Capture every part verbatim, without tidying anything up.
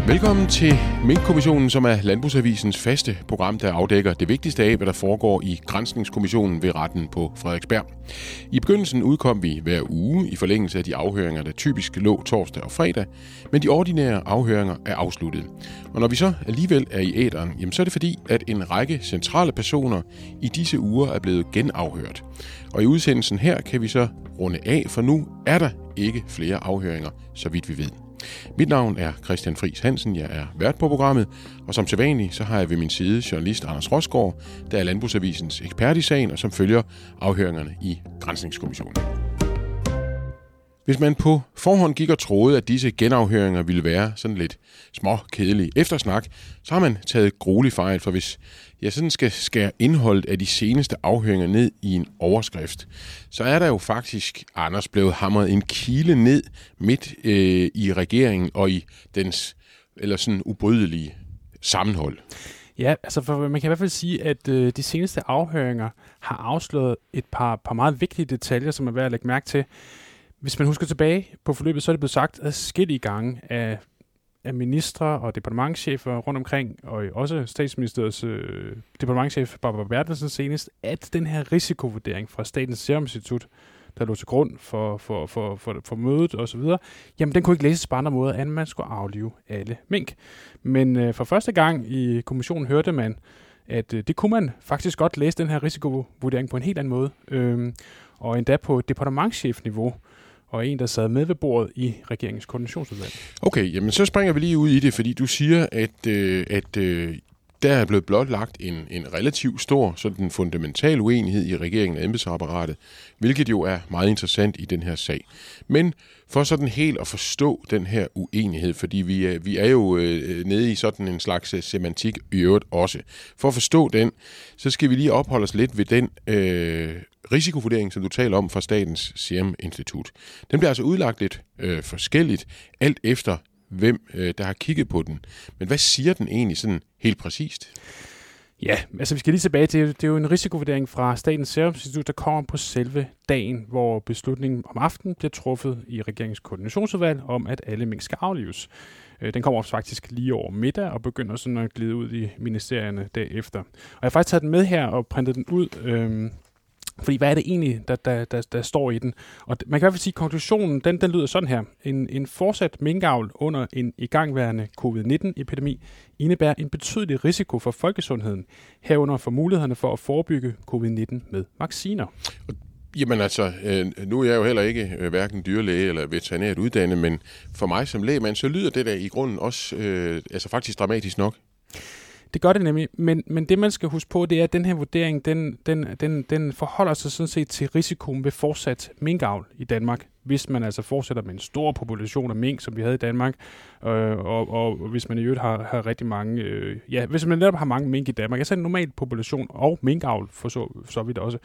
Velkommen til Minkkommissionen, som er Landbrugsavisens faste program, der afdækker det vigtigste af, hvad der foregår i Granskningskommissionen ved retten på Frederiksberg. I begyndelsen udkom vi hver uge i forlængelse af de afhøringer, der typisk lå torsdag og fredag, men de ordinære afhøringer er afsluttet. Og når vi så alligevel er i æteren, jamen så er det fordi, at en række centrale personer i disse uger er blevet genafhørt. Og i udsendelsen her kan vi så runde af, for nu er der ikke flere afhøringer, så vidt vi ved. Mit navn er Christian Friis Hansen, jeg er vært på programmet, og som sædvanligt så har jeg ved min side journalist Anders Rosgaard, der er Landbrugsavisens ekspert i sagen, og som følger afhøringerne i Granskningskommissionen. Hvis man på forhånd gik og troede, at disse genafhøringer ville være sådan lidt små, kedelige eftersnak, så har man taget gruelig fejl, for hvis jeg sådan skal skære indholdet af de seneste afhøringer ned i en overskrift, så er der jo faktisk, Anders, blevet hamret en kile ned midt øh, i regeringen og i dens eller sådan ubrydelige sammenhold. Ja, altså for man kan i hvert fald sige, at øh, de seneste afhøringer har afsløret et par, par meget vigtige detaljer, som er værd at lægge mærke til. Hvis man husker tilbage på forløbet, så er det blevet sagt adskillige gange af, af ministre og departementschefer rundt omkring, og også statsministeriets øh, departementschef Barbara Bertelsen senest, at den her risikovurdering fra Statens Serum Institut, der lå til grund for, for, for, for, for mødet osv., jamen den kunne ikke læses på andre måder, end man skulle aflive alle mink. Men øh, for første gang i kommissionen hørte man, at øh, det kunne man faktisk godt læse den her risikovurdering på en helt anden måde, øh, og endda på departementschefniveau, og en, der sad med ved bordet i regeringens koordinationsudvalg. Okay, jamen så springer vi lige ud i det, fordi du siger, at, øh, at øh, der er blevet blotlagt en, en relativt stor sådan fundamental uenighed i regeringen og embedsapparatet, hvilket jo er meget interessant i den her sag. Men for sådan helt at forstå den her uenighed, fordi vi er, vi er jo øh, nede i sådan en slags semantik i øvrigt også. For at forstå den, så skal vi lige opholde os lidt ved den øh, risikovurdering, som du taler om fra Statens Serum Institut. Den bliver altså udlagt lidt øh, forskelligt, alt efter hvem øh, der har kigget på den. Men hvad siger den egentlig sådan helt præcist? Ja, altså vi skal lige tilbage til, det er jo en risikovurdering fra Statens Serum Institut, der kommer på selve dagen, hvor beslutningen om aftenen bliver truffet i regeringens koordinationsudvalg om, at alle mink skal aflives. Den kommer faktisk lige over middag og begynder sådan at glide ud i ministerierne derefter. Og jeg har faktisk taget den med her og printet den ud, øhm, fordi hvad er det egentlig, der, der, der, der står i den? Og man kan i hvert fald sige, at konklusionen den, den lyder sådan her. En, en fortsat minkavl under en igangværende covid nitten epidemi indebærer en betydelig risiko for folkesundheden, herunder for mulighederne for at forebygge covid nitten med vacciner. Jamen altså, øh, nu er jeg jo heller ikke øh, hverken dyrlæge eller veterinært uddannet, men for mig som lægmand, så lyder det der i grunden også øh, altså faktisk dramatisk nok. Det gør det nemlig, men, men det man skal huske på, det er, at den her vurdering, den, den, den, den forholder sig sådan set til risikoen ved fortsat minkavl i Danmark, hvis man altså fortsætter med en stor population af mink, som vi havde i Danmark, øh, og, og hvis man i øvrigt har, har rigtig mange, øh, ja, hvis man netop har mange mink i Danmark, altså en normal population og minkavl for så, så vidt også.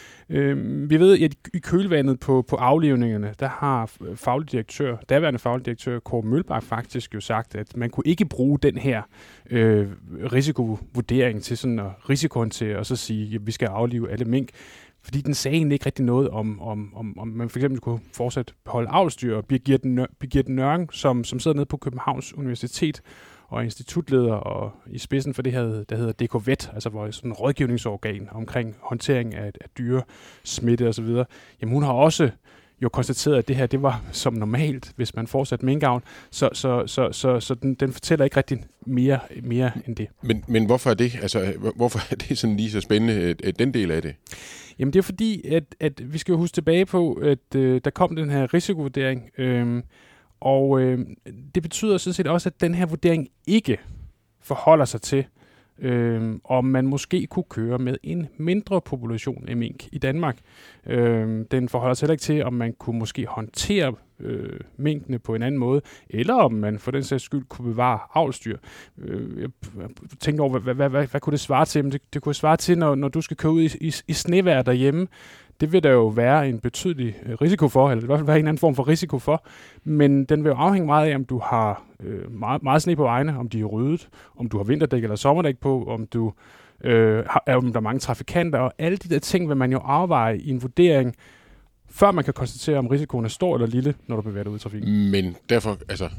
Øh, vi ved, at i kølvandet på, på aflivningerne, der har faglig direktør, daværende faglig direktør Kåre Mølbak faktisk jo sagt, at man kunne ikke bruge den her øh, risikovurdering til sådan at risikohåndtere og så sige, at vi skal aflive alle mink. Fordi den sagde egentlig ikke rigtig noget om, om, om, om man for eksempel kunne fortsat beholde avlsdyr. Og Birgitte Nørring, som, som sidder nede på Københavns Universitet, og institutleder og i spidsen for det her, der hedder D K Vet, altså hvor sådan en rådgivningsorgan omkring håndtering af, af dyre, smitte osv. Jamen hun har også jo konstateret, at det her, det var som normalt, hvis man fortsat minkavl, så, så, så, så, så den, den fortæller ikke rigtig mere, mere end det. Men, men hvorfor er det, altså, hvorfor er det sådan lige så spændende, den del af det? Jamen det er fordi, at, at vi skal jo huske tilbage på, at øh, der kom den her risikovurdering, øh, og øh, det betyder sådan set også, at den her vurdering ikke forholder sig til, øh, om man måske kunne køre med en mindre population af mink i Danmark. Øh, den forholder sig heller ikke til, om man kunne måske håndtere øh, minkene på en anden måde, eller om man for den sags skyld kunne bevare avlsdyr. Øh, jeg tænkte over, hvad, hvad, hvad, hvad kunne det svare til? Men det, det kunne svare til, når, når du skal køre ud i, i, i snevejr derhjemme. Det vil der jo være en betydelig risiko for, eller i hvert fald være en anden form for risiko for, men den vil jo afhænge meget af, om du har øh, meget, meget sne på vejene, om de er ryddet, om du har vinterdæk eller sommerdæk på, om du øh, har, om der er mange trafikanter, og alle de der ting vil man jo afveje i en vurdering, før man kan konstatere, om risikoen er stor eller lille, når du bevæger dig ud i trafikken. Men derfor, altså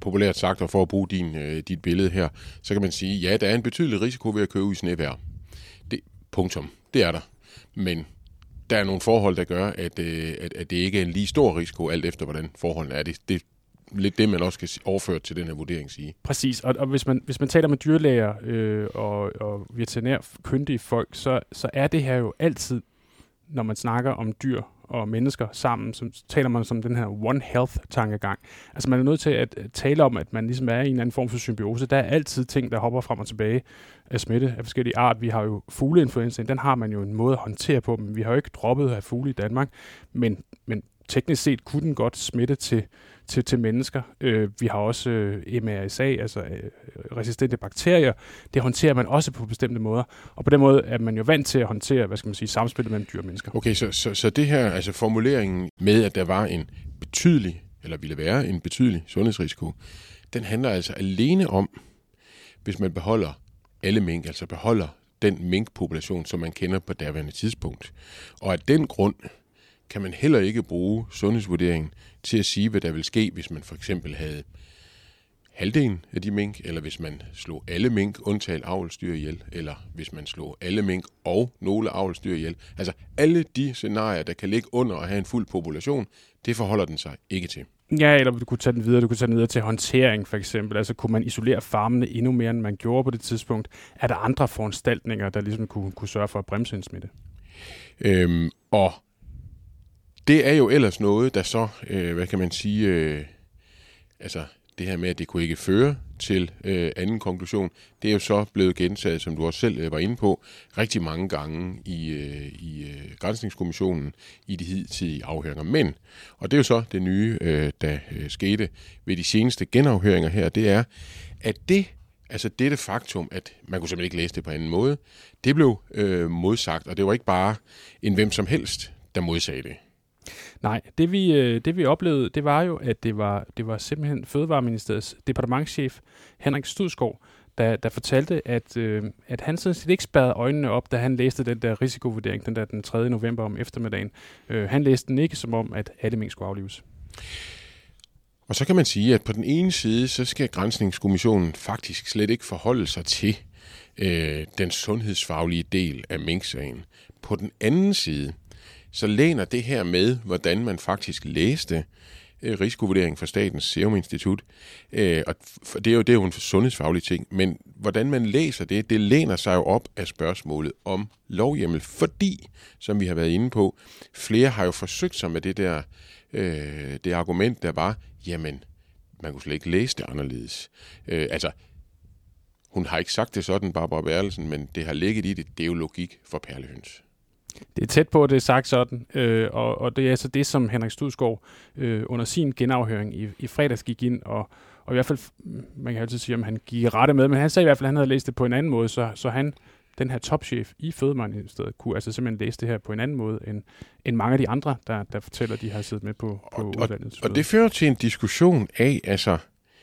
populært sagt, og for at bruge din, øh, dit billede her, så kan man sige, ja, der er en betydelig risiko ved at køre ud i snevejr. Det, punktum. Det er der. Men der er nogle forhold, der gør, at, øh, at, at det ikke er en lige stor risiko, alt efter hvordan forholdene er. Det, det lidt det, man også kan overføre til den her vurdering sige. Præcis, og, og hvis, man, hvis man taler med dyrlæger øh, og, og veterinærkyndige folk, så, så er det her jo altid, når man snakker om dyr og mennesker sammen, så taler man som den her One Health-tankegang. Altså man er nødt til at tale om, at man ligesom er i en anden form for symbiose. Der er altid ting, der hopper frem og tilbage af smitte af forskellige art. Vi har jo fugleinfluenza, den har man jo en måde at håndtere på, men vi har jo ikke droppet at have fugle i Danmark, men, men teknisk set kunne den godt smitte til, til, til mennesker. Øh, vi har også øh, M R S A, altså øh, resistente bakterier. Det håndterer man også på bestemte måder. Og på den måde er man jo vant til at håndtere, hvad skal man sige, samspillet mellem dyr og mennesker. Okay, så, så, så det her, altså formuleringen med, at der var en betydelig, eller ville være en betydelig sundhedsrisiko, den handler altså alene om, hvis man beholder alle mink, altså beholder den minkpopulation, som man kender på daværende tidspunkt. Og af den grund kan man heller ikke bruge sundhedsvurderingen til at sige, hvad der vil ske, hvis man for eksempel havde halvdelen af de mink, eller hvis man slog alle mink, undtagen avlsdyr ihjel, eller hvis man slog alle mink og nogle avlsdyr ihjel. Altså alle de scenarier, der kan ligge under at have en fuld population, det forholder den sig ikke til. Ja, eller du kunne tage den videre, du kunne tage den videre til håndtering for eksempel. Altså kunne man isolere farmene endnu mere, end man gjorde på det tidspunkt? Er der andre foranstaltninger, der ligesom kunne, kunne sørge for at bremse en smitte? Øhm, og det er jo ellers noget, der så, øh, hvad kan man sige, øh, altså det her med, at det kunne ikke føre til øh, anden konklusion, det er jo så blevet gentaget, som du også selv øh, var inde på, rigtig mange gange i, øh, i øh, Granskningskommissionen i de hidtidige afhøringer. Men, og det er jo så det nye, øh, der øh, skete ved de seneste genafhøringer her, det er, at det, altså dette faktum, at man kunne simpelthen ikke læse det på anden måde, det blev øh, modsagt, og det var ikke bare en hvem som helst, der modsagde det. Nej, det vi, det vi oplevede, det var jo, at det var, det var simpelthen Fødevareministeriets departementschef, Henrik Studsgaard, der, der fortalte, at, øh, at han sådan set ikke spærrede øjnene op, da han læste den der risikovurdering, den der den tredje november om eftermiddagen. Øh, han læste den ikke som om, at alle mink skulle aflives. Og så kan man sige, at på den ene side, så skal Granskningskommissionen faktisk slet ikke forholde sig til øh, den sundhedsfaglige del af minksagen. På den anden side, så læner det her med, hvordan man faktisk læste øh, risikovurderingen fra Statens Serum Institut. Øh, og det er, jo, det er jo en sundhedsfaglig ting, men hvordan man læser det, det læner sig jo op af spørgsmålet om lovhjemmel, fordi, som vi har været inde på, flere har jo forsøgt sig med det der øh, det argument, der var, jamen, man kunne slet ikke læse det anderledes. Øh, altså, hun har ikke sagt det sådan, Barbara Bertelsen, men det har ligget i det, det er jo logik for perlehøns. Det er tæt på, at det er sagt sådan, øh, og, og det er altså det, som Henrik Studsgaard øh, under sin genafhøring i, i fredags gik ind, og, og i hvert fald, man kan altid sige, om han gik i rette med, men han sagde i hvert fald, at han havde læst det på en anden måde, så, så han, den her topchef i Fødevareministeriet, kunne altså simpelthen læse det her på en anden måde, end, end mange af de andre, der, der fortæller, de har siddet med på, på og, udvalget. Og, og det fører til en diskussion af, altså,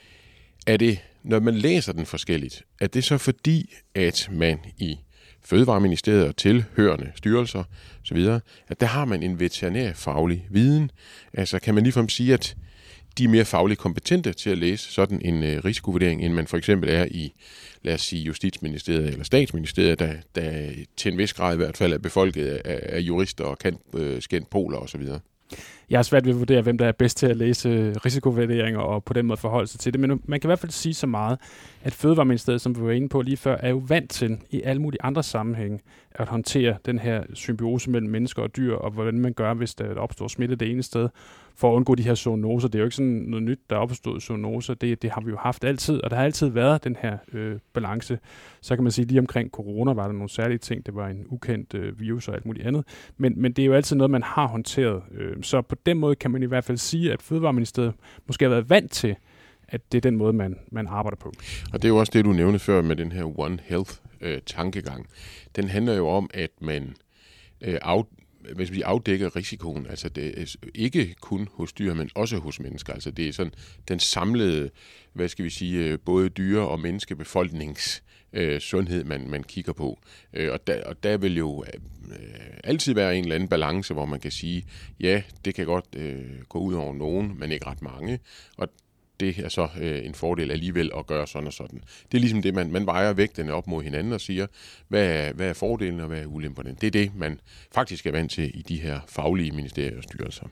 er det, når man læser den forskelligt, er det så fordi, at man i Fødevareministeriet og tilhørende styrelser osv., at der har man en veterinærfaglig viden. Altså kan man ligefrem sige, at de er mere fagligt kompetente til at læse sådan en øh, risikovurdering, end man for eksempel er i, lad os sige, Justitsministeriet eller Statsministeriet, der, der til en vis grad i hvert fald er befolket af, af jurister og kan øh, skændt poler osv. Jeg har svært ved at vurdere, hvem der er bedst til at læse risikovurderinger og på den måde forholde sig til det, men man kan i hvert fald sige så meget, at Fødevareministeriet, som vi var inde på lige før, er jo vant til i alle mulige andre sammenhænge at håndtere den her symbiose mellem mennesker og dyr, og hvordan man gør, hvis der opstår smitte det ene sted, for at undgå de her zoonoser. Det er jo ikke sådan noget nyt, der er opstået zoonoser. Det, det har vi jo haft altid, og der har altid været den her øh, balance. Så kan man sige, lige omkring corona var der nogle særlige ting. Det var en ukendt øh, virus og alt muligt andet. Men, men det er jo altid noget, man har håndteret. Øh, så på den måde kan man i hvert fald sige, at Fødevareministeriet måske har været vant til, at det er den måde, man, man arbejder på. Og det er jo også det, du nævnte før med den her One Health-tankegang. Den handler jo om, at man øh, af, hvis vi afdækker risikoen, altså det er ikke kun hos dyr, men også hos mennesker. Altså det er sådan den samlede, hvad skal vi sige, både dyre- og menneskebefolknings øh, sundhed, man, man kigger på. Øh, og, der, og der vil jo øh, altid være en eller anden balance, hvor man kan sige, ja, det kan godt øh, gå ud over nogen, men ikke ret mange. Og det er så øh, en fordel alligevel at gøre sådan og sådan. Det er ligesom det, man, man vejer vægtene op mod hinanden og siger, hvad er, hvad er fordelen og hvad er ulemperne. Det er det, man faktisk er vant til i de her faglige ministerier og styrelser.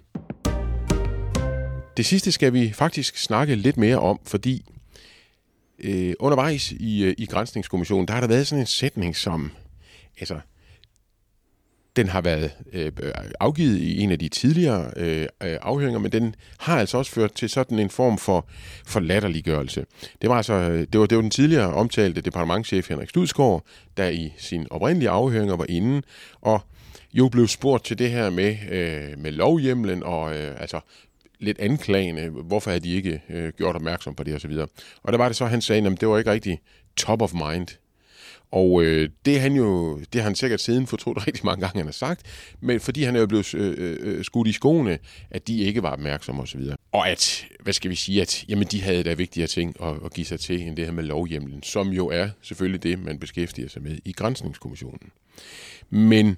Det sidste skal vi faktisk snakke lidt mere om, fordi øh, undervejs i, øh, i Granskningskommissionen, der har der været sådan en sætning, som altså, den har været øh, afgivet i en af de tidligere øh, afhøringer, men den har altså også ført til sådan en form for, for latterliggørelse. Det var altså det var, det var den tidligere omtalte departementschef Henrik Studsgaard, der i sin oprindelige afhøringer var inde, og jo blev spurgt til det her med, øh, med lovhjemlen og øh, altså lidt anklagende, hvorfor havde de ikke øh, gjort opmærksom på det osv. Og der var det så, han sagde, at det var ikke rigtig top of mind. Og øh, det han jo, det har han sikkert siden fortrudt rigtig mange gange, han har sagt, men fordi han er jo blevet øh, øh, skudt i skoene, at de ikke var opmærksomme osv. Og at, hvad skal vi sige, at jamen, de havde da vigtigere ting at, at give sig til, end det her med lovhjemlen, som jo er selvfølgelig det, man beskæftiger sig med i Granskningskommissionen. Men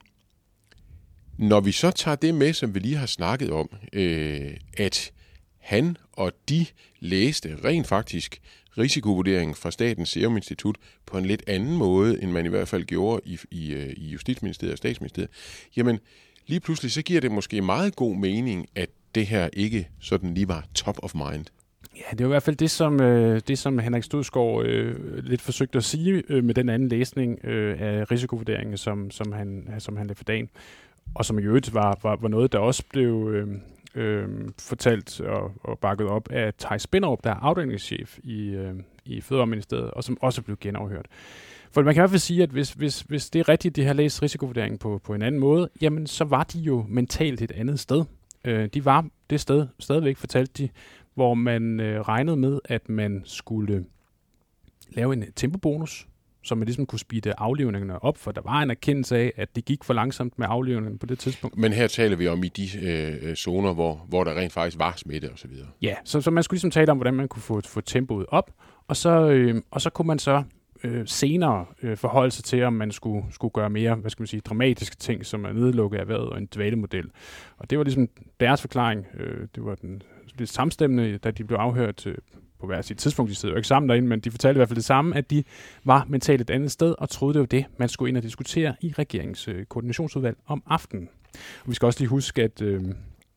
når vi så tager det med, som vi lige har snakket om, øh, at han og de læste rent faktisk risikovurderingen fra Statens Serum Institut på en lidt anden måde, end man i hvert fald gjorde i, i, i Justitsministeriet og Statsministeriet, jamen lige pludselig så giver det måske meget god mening, at det her ikke sådan lige var top of mind. Ja, det er jo i hvert fald det, som, øh, det, som Henrik Studsgaard øh, lidt forsøgte at sige øh, med den anden læsning øh, af risikovurderingen, som, som han, som han lagde for dagen. Og som i øvrigt var, var, var noget, der også blev øh, øh, fortalt og, og bakket op af Theis Binderup, der er afdelingschef i, øh, i Fødevareministeriet, og som også blev genafhørt. For man kan i hvert fald sige, at hvis, hvis, hvis det er rigtigt, de har læst risikovurderingen på, på en anden måde, jamen så var de jo mentalt et andet sted. Øh, de var det sted, stadigvæk fortalte de, hvor man øh, regnede med, at man skulle lave en tempobonus, så man ligesom kunne speede aflivningerne op, for der var en erkendelse af, at det gik for langsomt med aflivningen på det tidspunkt. Men her taler vi om i de øh, zoner, hvor, hvor der rent faktisk var smitte og så videre. Ja, så, så man skulle ligesom tale om, hvordan man kunne få, få tempoet op, og så, øh, og så kunne man så øh, senere øh, forholde sig til, om man skulle, skulle gøre mere, hvad skal man sige, dramatiske ting, som at nedlukke erhvervet og en dvalemodel. Og det var ligesom deres forklaring. Øh, det var den lidt samstemmende, da de blev afhørt øh, på hver sit tidspunkt. De sidder jo ikke sammen derinde, men de fortalte i hvert fald det samme, at de var mentalt et andet sted, og troede det var det, man skulle ind og diskutere i regeringens øh, koordinationsudvalg om aftenen. Og vi skal også lige huske, at, øh,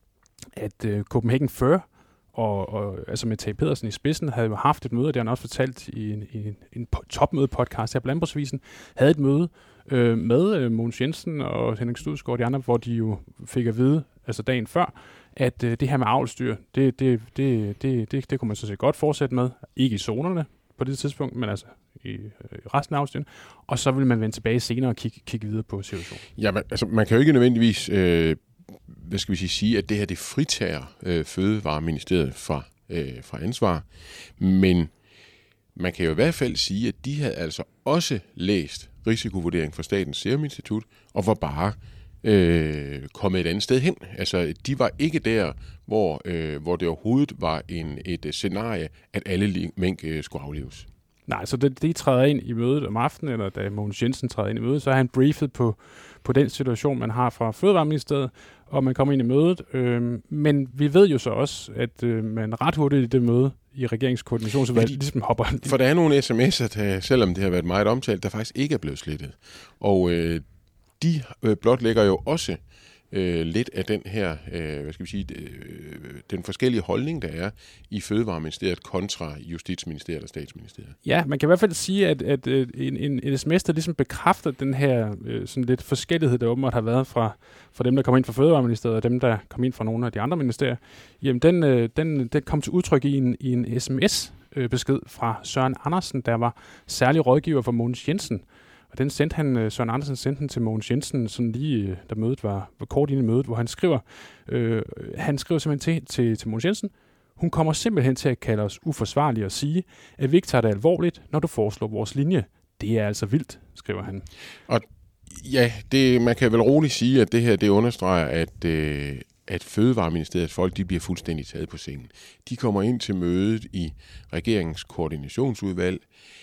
at øh, Copenhagen Fur, og, og altså med Tage Pedersen i spidsen, havde jo haft et møde, og det har han også fortalt i en, i en, en topmøde-podcast her på Landbrugsavisen, havde et møde øh, med øh, Mogens Jensen og Henrik Studsgaard og de andre, hvor de jo fik at vide, altså dagen før, at øh, det her med avlsdyr, det, det, det, det, det, det kunne man så set godt fortsætte med. Ikke i zonerne på det tidspunkt, men altså i øh, resten af avlsdyrene. Og så vil man vende tilbage senere og kigge, kigge videre på situationen. Ja, men, altså man kan jo ikke nødvendigvis øh, hvad skal vi sige, sige, at det her det fritager øh, Fødevareministeriet fra, øh, fra ansvar. Men man kan jo i hvert fald sige, at de havde altså også læst risikovurdering fra Statens Serum Institut og var bare Øh, kommet et andet sted hen. Altså, de var ikke der, hvor, øh, hvor det overhovedet var en, et uh, scenarie, at alle mink uh, skulle aflives. Nej, så det, de træder ind i mødet om aftenen, eller da Mogens Jensen træder ind i mødet, så er han briefet på, på den situation, man har fra Fødevareministeriet, og man kommer ind i mødet. Øh, men vi ved jo så også, at øh, man ret hurtigt i det møde i regeringskoordinationsudvalget ligesom hopper. For der er nogle sms'er, der, selvom det har været meget omtalt, der faktisk ikke er blevet slettet. Og øh, de øh, blotlægger jo også øh, lidt af den her, øh, hvad skal vi sige, øh, den forskellige holdning, der er i Fødevareministeriet kontra Justitsministeriet og Statsministeriet. Ja, man kan i hvert fald sige, at, at øh, en, en, en sms, der ligesom bekræfter den her øh, sådan lidt forskellighed, der åbenbart har været fra, fra dem, der kom ind fra Fødevareministeriet, og dem, der kom ind fra nogle af de andre ministerier, jamen den, øh, den, den kom til udtryk i en, i en sms-besked fra Søren Andersen, der var særlig rådgiver for Mogens Jensen. Og den sendte han, Søren Andersen sendte den til Mogens Jensen, sådan lige da mødet var, var kort inde i mødet, hvor han skriver, øh, han skriver simpelthen til, til, til Mogens Jensen, hun kommer simpelthen til at kalde os uforsvarlige og sige, at vi ikke tager det alvorligt, når du foreslår vores linje. Det er altså vildt, skriver han. Og ja, det, man kan vel roligt sige, at det her det understreger, at, øh, at Fødevareministeriets folk de bliver fuldstændig taget på sengen. De kommer ind til mødet i regeringens koordinationsudvalg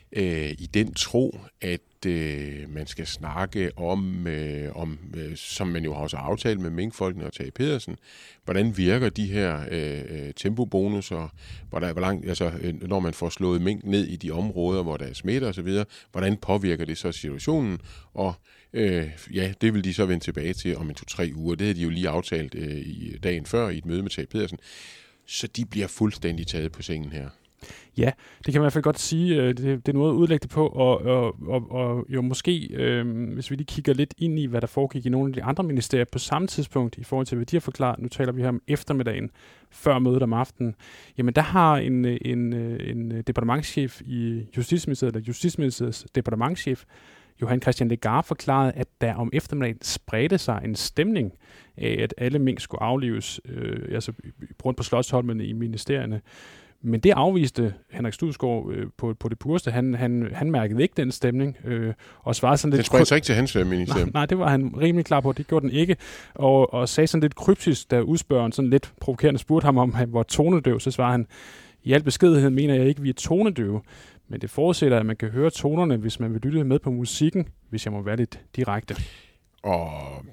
øh, i den tro, at øh, man skal snakke om, øh, om øh, som man jo har også aftalt med minkfolkene og Tage Pedersen, hvordan virker de her øh, tempobonusser, hvordan, hvor langt, altså, når man får slået mink ned i de områder, hvor der er smitte osv., hvordan påvirker det så situationen, og øh, ja, det vil de så vende tilbage til om en to-tre uger. Det havde de jo lige aftalt øh, i dagen før i et møde med Tage Pedersen. Så de bliver fuldstændig taget på sengen her. Ja, det kan man i hvert fald godt sige. Det, det er noget at udlægge det på, og, og, og, og jo måske, øh, hvis vi lige kigger lidt ind i, hvad der foregik i nogle af de andre ministerier på samme tidspunkt, i forhold til, hvad de har forklaret, nu taler vi her om eftermiddagen, før mødet om aftenen, jamen der har en, en, en departementschef i Justitsministeriet, eller Justitsministeriets departementschef, Johan Christian Legarth, forklarede, at der om eftermiddagen spredte sig en stemning af, at alle mink skulle aflives, øh, altså rundt på Slotsholmen i ministerierne. Men det afviste Henrik Studsgaard øh, på, på det pureste. Han, han, han mærkede ikke den stemning. Øh, og svarede sådan lidt... Den spredte sig ikke til hans ministerium. Nej, nej, det var han rimelig klar på. Det gjorde den ikke. Og, og sagde sådan lidt kryptisk, da udspørgeren sådan lidt provokerende spurgte ham, om han var tonedøv. Så svarede han, i al beskedenhed mener jeg ikke, at vi er tonedøve. Men det forudsætter, at man kan høre tonerne, hvis man vil lytte med på musikken, hvis jeg må være lidt direkte. Og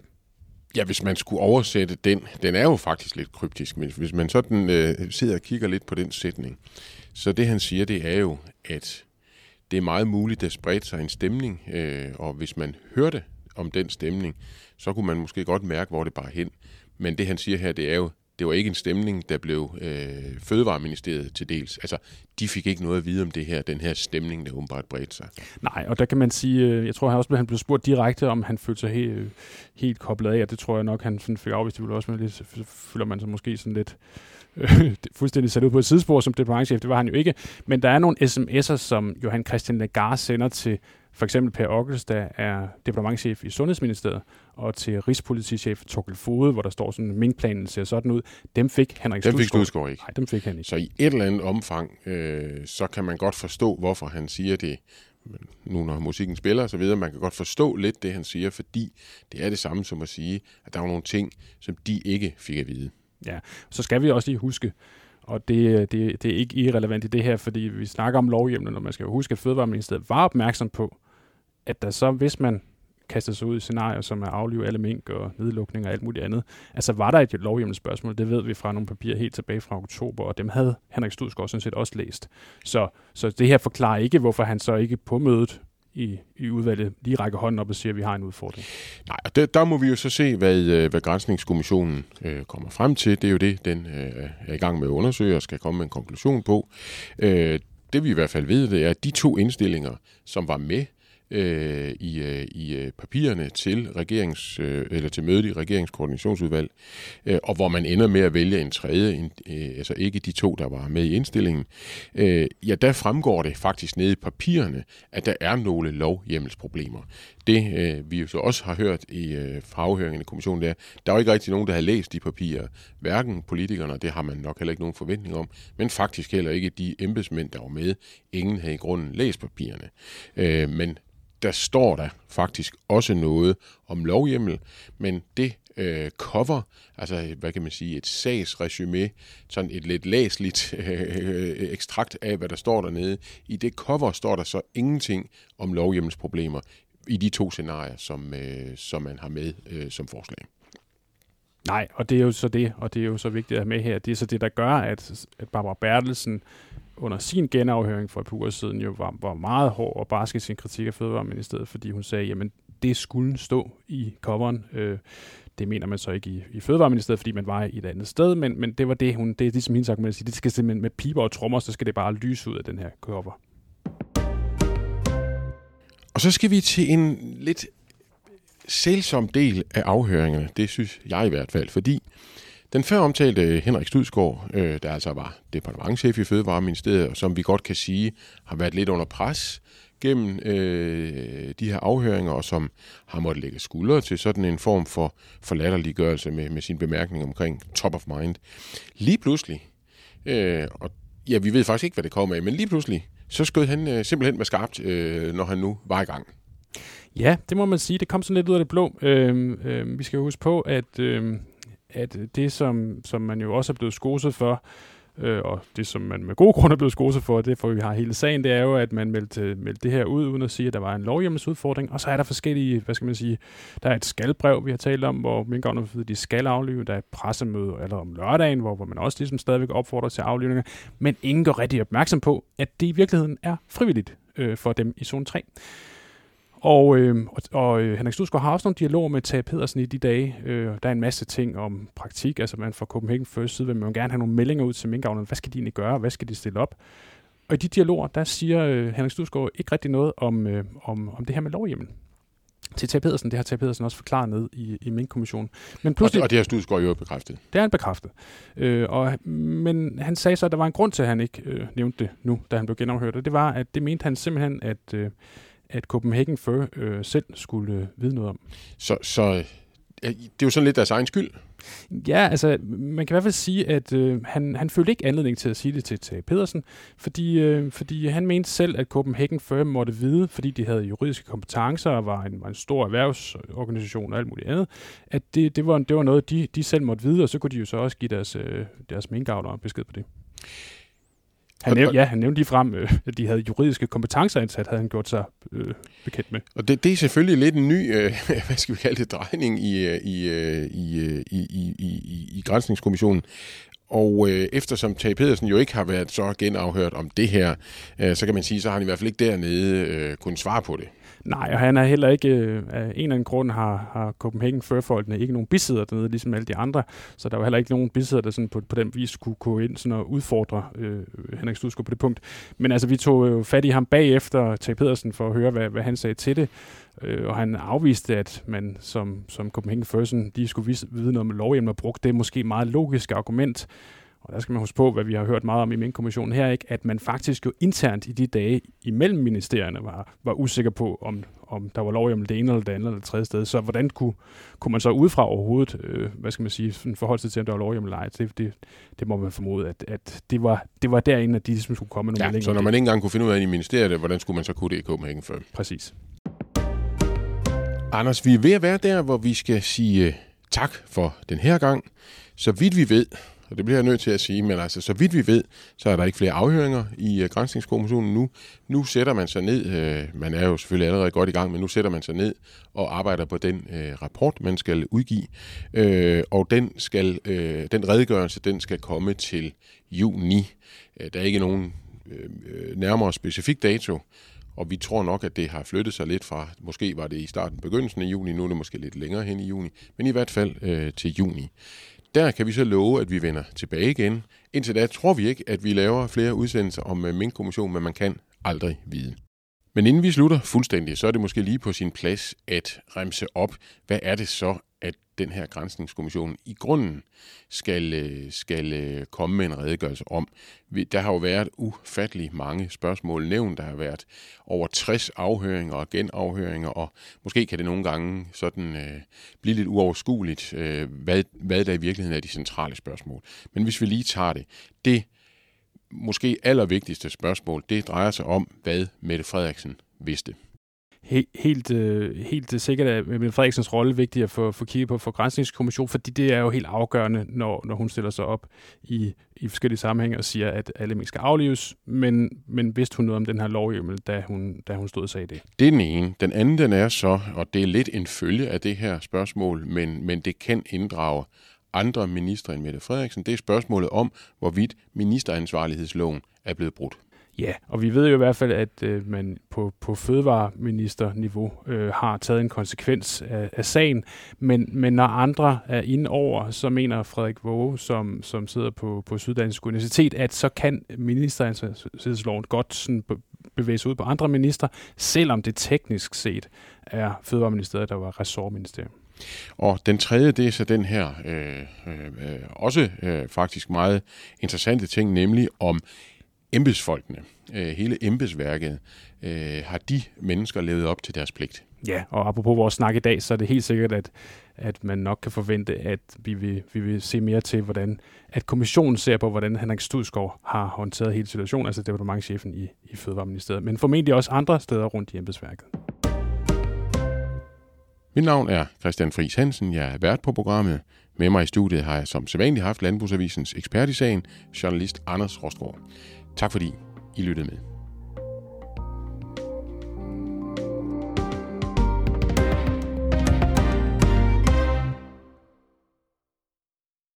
ja, hvis man skulle oversætte den, den er jo faktisk lidt kryptisk, men hvis man sådan øh, sidder og kigger lidt på den sætning, så det han siger, det er jo, at det er meget muligt, at sprede sig en stemning, øh, og hvis man hørte om den stemning, så kunne man måske godt mærke, hvor det bare hen. Men det han siger her, det er jo, det var ikke en stemning, der blev øh, Fødevareministeriet til dels. Altså, de fik ikke noget at vide om det her, den her stemning, der åbenbart bredte sig. Nej, og der kan man sige, jeg tror han også, han blev spurgt direkte, om han følte sig helt, helt koblet af, og det tror jeg nok, han sådan fik afvist. Det ville også med lidt, føler man sig måske sådan lidt øh, fuldstændig sat ud på et sidespor som departementschef. Det var han jo ikke. Men der er nogle sms'er, som Johan Christian Legarth sender til for eksempel Per Ockels, der er departementschef i Sundhedsministeriet, og til Rigspolitichef Torkel Foged, hvor der står sådan, at minkplanen ser sådan ud. Dem fik Henrik Studsgaard. Dem fik Studsgaard ikke. Nej, dem fik han ikke. Så i et eller andet omfang, øh, så kan man godt forstå, hvorfor han siger det, nu når musikken spiller og så videre. Man kan godt forstå lidt det, han siger, fordi det er det samme som at sige, at der er nogle ting, som de ikke fik at vide. Ja, så skal vi også lige huske, og det, det, det er ikke irrelevant i det her, fordi vi snakker om lovhjemmelen, og man skal jo huske, at Fødevareministeriet var opmærksom på, at der så, hvis man kaster sig ud i scenarier, som er aflive alle mink og nedlukning og alt muligt andet, altså var der et lovhjemmelsspørgsmål, det ved vi fra nogle papirer helt tilbage fra oktober, og dem havde Henrik Studsgaard sådan set også læst. Så, så det her forklarer ikke, hvorfor han så ikke på mødet i, i udvalget lige rækker hånden op og siger, at vi har en udfordring. Nej, og der, der må vi jo så se, hvad, hvad Granskningskommissionen øh, kommer frem til. Det er jo det, den øh, er i gang med at undersøge og skal komme med en konklusion på. Øh, det vi i hvert fald ved, det er, at de to indstillinger, som var med øh, i, øh, i øh, papirerne til regerings øh, eller til mødet i regeringskoordinationsudvalg, øh, og hvor man ender med at vælge en tredje, en, øh, altså ikke de to, der var med i indstillingen, øh, ja, der fremgår det faktisk nede i papirerne, at der er nogle lovhjemmelsproblemer. Det, øh, vi jo så også har hørt i øh, fra afhøringen i kommissionen, der, der er jo ikke rigtig nogen, der har læst de papirer. Hverken politikerne, og det har man nok heller ikke nogen forventning om, men faktisk heller ikke de embedsmænd, der var med. Ingen havde i grunden læst papirerne. Øh, men der står der faktisk også noget om lovhjemmel, men det øh, cover, altså hvad kan man sige, et sagsresumé, sådan et lidt læsligt øh, ekstrakt af, hvad der står dernede. I det cover står der så ingenting om lovhjemmelsproblemer i de to scenarier, som, øh, som man har med øh, som forslag. Nej, og det er jo så det, og det er jo så vigtigt at have med her. Det er så det, der gør, at, at Barbara Bertelsen under sin genafhøring for et par uger siden jo var, var meget hård og barsk i sin kritik af Fødevareministeriet, fordi hun sagde, jamen det skulle stå i coveren. Øh, det mener man så ikke i, i Fødevareministeriet, fordi man var i et andet sted, men, men det var det, hun, det er ligesom hendes argument at sige, det skal simpelthen med piber og trommer, så skal det bare lyse ud af den her cover. Og så skal vi til en lidt sælsom del af afhøringerne, det synes jeg i hvert fald, fordi den før omtalte Henrik Studsgaard, øh, der altså var departementschef i Fødevareministeriet, og som vi godt kan sige har været lidt under pres gennem øh, de her afhøringer, og som har måttet lægge skuldre til sådan en form for, for latterliggørelse med, med sin bemærkning omkring top of mind. Lige pludselig, øh, og ja, vi ved faktisk ikke, hvad det kommer af, men lige pludselig, så skød han øh, simpelthen med skarpt, øh, når han nu var i gang. Ja, det må man sige. Det kom sådan lidt ud af det blå. Øh, øh, vi skal huske på, at, øh, at det, som, som man jo også er blevet skoset for, Øh, og det, som man med gode grunde er blevet skoset for, det for vi har hele sagen, det er jo, at man meldte, meldte det her ud, uden at sige, at der var en lovhjemmelsudfordring. Og så er der forskellige, hvad skal man sige, der er et skalbrev, vi har talt om, hvor minkavlerne ved, de skal aflive. Der er et pressemøde eller om lørdagen, hvor, hvor man også ligesom stadigvæk opfordrer til aflivninger. Men ingen går rigtig opmærksom på, at det i virkeligheden er frivilligt øh, for dem i zone tre. Og, øh, og, og øh, Henrik Studsgaard har også nogle dialoger med Tage Pedersen i de dage. Øh, der er en masse ting om praktik, altså man fra Copenhagen First side vil man gerne have nogle meldinger ud til minkavlerne. Hvad skal de egentlig gøre? Hvad skal de stille op? Og i de dialoger, der siger øh, Henrik Studsgaard ikke rigtig noget om, øh, om, om det her med lovhjemmel. Til Tage Pedersen, det har Tage Pedersen også forklaret ned i, i Minkkommissionen. Men pludselig, og det har Studsgaard jo bekræftet. Det er han bekræftet. Øh, og, men han sagde så, at der var en grund til, at han ikke øh, nævnte det nu, da han blev genafhørt. Og det var, at det mente han simpelthen, at... Øh, at Copenhagen Fur øh, selv skulle øh, vide noget om. Så, så øh, det er jo sådan lidt deres egen skyld? Ja, altså man kan i hvert fald sige, at øh, han, han følte ikke anledning til at sige det til Tage Pedersen, fordi, øh, fordi han mente selv, at Copenhagen Fur måtte vide, fordi de havde juridiske kompetencer og var en, var en stor erhvervsorganisation og alt muligt andet, at det, det, var, det var noget, de, de selv måtte vide, og så kunne de jo så også give deres, øh, deres minkavlere besked på det. Han nævnte, ja, han nævnte lige frem, øh, at de havde juridiske kompetencer indsat, havde han gjort sig øh, bekendt med. Og det, det er selvfølgelig lidt en ny, øh, hvad skal vi kalde det, drejning i, i, i, i, i, i, i Granskningskommissionen. Og øh, eftersom Tage Pedersen jo ikke har været så genafhørt om det her, øh, så kan man sige, så har han i hvert fald ikke dernede øh, kunnet svare på det. Nej, og han er heller ikke, øh, af en eller anden grund har, har Copenhagen Fur-folkene ikke nogen bisidder dernede, ligesom alle de andre, så der var heller ikke nogen bisidder, der sådan på, på den vis kunne gå ind sådan og udfordre øh, Henrik Studsgaard på det punkt. Men altså, vi tog jo fat i ham bagefter Tage Pedersen for at høre, hvad, hvad han sagde til det, øh, og han afviste, at man som, som Copenhagen Fur lige skulle vise, vide noget om lovhjemmel og brugt det måske meget logiske argument. Og der skal man huske på, hvad vi har hørt meget om i Minkkommissionen her, ikke, at man faktisk jo internt i de dage imellem ministerierne var, var usikker på, om, om der var lovhjemmel det ene eller det andet eller det tredje sted. Så hvordan kunne, kunne man så udefra overhovedet, øh, hvad skal man sige, forhold sig til, om der var lovhjemmel eller ej? Det, det, det må man formode, at, at det, var, det var derinde, at de ligesom skulle komme med nogle ja, meldinger. Så når man ikke engang kunne finde ud af i ministeriet, hvordan skulle man så kunne det i Copenhagen Fur? Præcis. Anders, vi er ved at være der, hvor vi skal sige tak for den her gang. Så vidt vi ved, og det bliver jeg nødt til at sige, men altså, så vidt vi ved, så er der ikke flere afhøringer i uh, Granskningskommissionen nu. Nu sætter man sig ned, øh, man er jo selvfølgelig allerede godt i gang, men nu sætter man sig ned og arbejder på den øh, rapport, man skal udgive. Øh, og den, skal, øh, den redegørelse, den skal komme til juni. Der er ikke nogen øh, nærmere specifik dato, og vi tror nok, at det har flyttet sig lidt fra, måske var det i starten, begyndelsen af juni, nu er det måske lidt længere hen i juni, men i hvert fald øh, til juni. Der kan vi så love, at vi vender tilbage igen. Indtil da tror vi ikke, at vi laver flere udsendelser om Minkkommissionen, men man kan aldrig vide. Men inden vi slutter fuldstændig, så er det måske lige på sin plads at remse op, hvad er det så, at den her Granskningskommission i grunden skal, skal komme med en redegørelse om. Der har jo været ufattelig mange spørgsmål nævnt. Der har været over tres afhøringer og genafhøringer, og måske kan det nogle gange sådan øh, blive lidt uoverskueligt, øh, hvad, hvad der i virkeligheden er de centrale spørgsmål. Men hvis vi lige tager det, det måske allervigtigste spørgsmål, det drejer sig om, hvad Mette Frederiksen vidste. Helt, helt, helt sikkert er Mette Frederiksens rolle vigtig at få, få kigget på for Granskningskommissionen, fordi det er jo helt afgørende, når, når hun stiller sig op i, i forskellige sammenhænge og siger, at alle mink skal aflives, men, men vidste hun noget om den her lovhjemmel, da hun, da hun stod og sagde det? Det er den ene. Den anden, den er så, og det er lidt en følge af det her spørgsmål, men, men det kan inddrage andre ministre end Mette Frederiksen. Det er spørgsmålet om, hvorvidt ministeransvarlighedsloven er blevet brudt. Ja, og vi ved jo i hvert fald, at øh, man på, på fødevareministerniveau øh, har taget en konsekvens af, af sagen, men, men når andre er inde over, så mener Frederik Waage, som, som sidder på, på Syddansk Universitet, at så kan ministeransvarlighedsloven godt sådan bevæge sig ud på andre minister, selvom det teknisk set er Fødevareministeriet, der var ressortministerium. Og den tredje, det er så den her øh, øh, også øh, faktisk meget interessante ting, nemlig om embedsfolkene, øh, hele embedsværket, øh, har de mennesker levet op til deres pligt? Ja, og apropos vores snak i dag, så er det helt sikkert, at, at man nok kan forvente, at vi vil, vi vil se mere til, hvordan at kommissionen ser på, hvordan Henrik Studsgaard har håndteret hele situationen, altså departementschefen i, i Fødevareministeriet, men formentlig også andre steder rundt i embedsværket. Mit navn er Christian Friis Hansen. Jeg er vært på programmet. Med mig i studiet har jeg som sædvanligt haft Landbrugsavisens ekspert i sagen, journalist Anders Rostgaard. Tak fordi I lyttede med.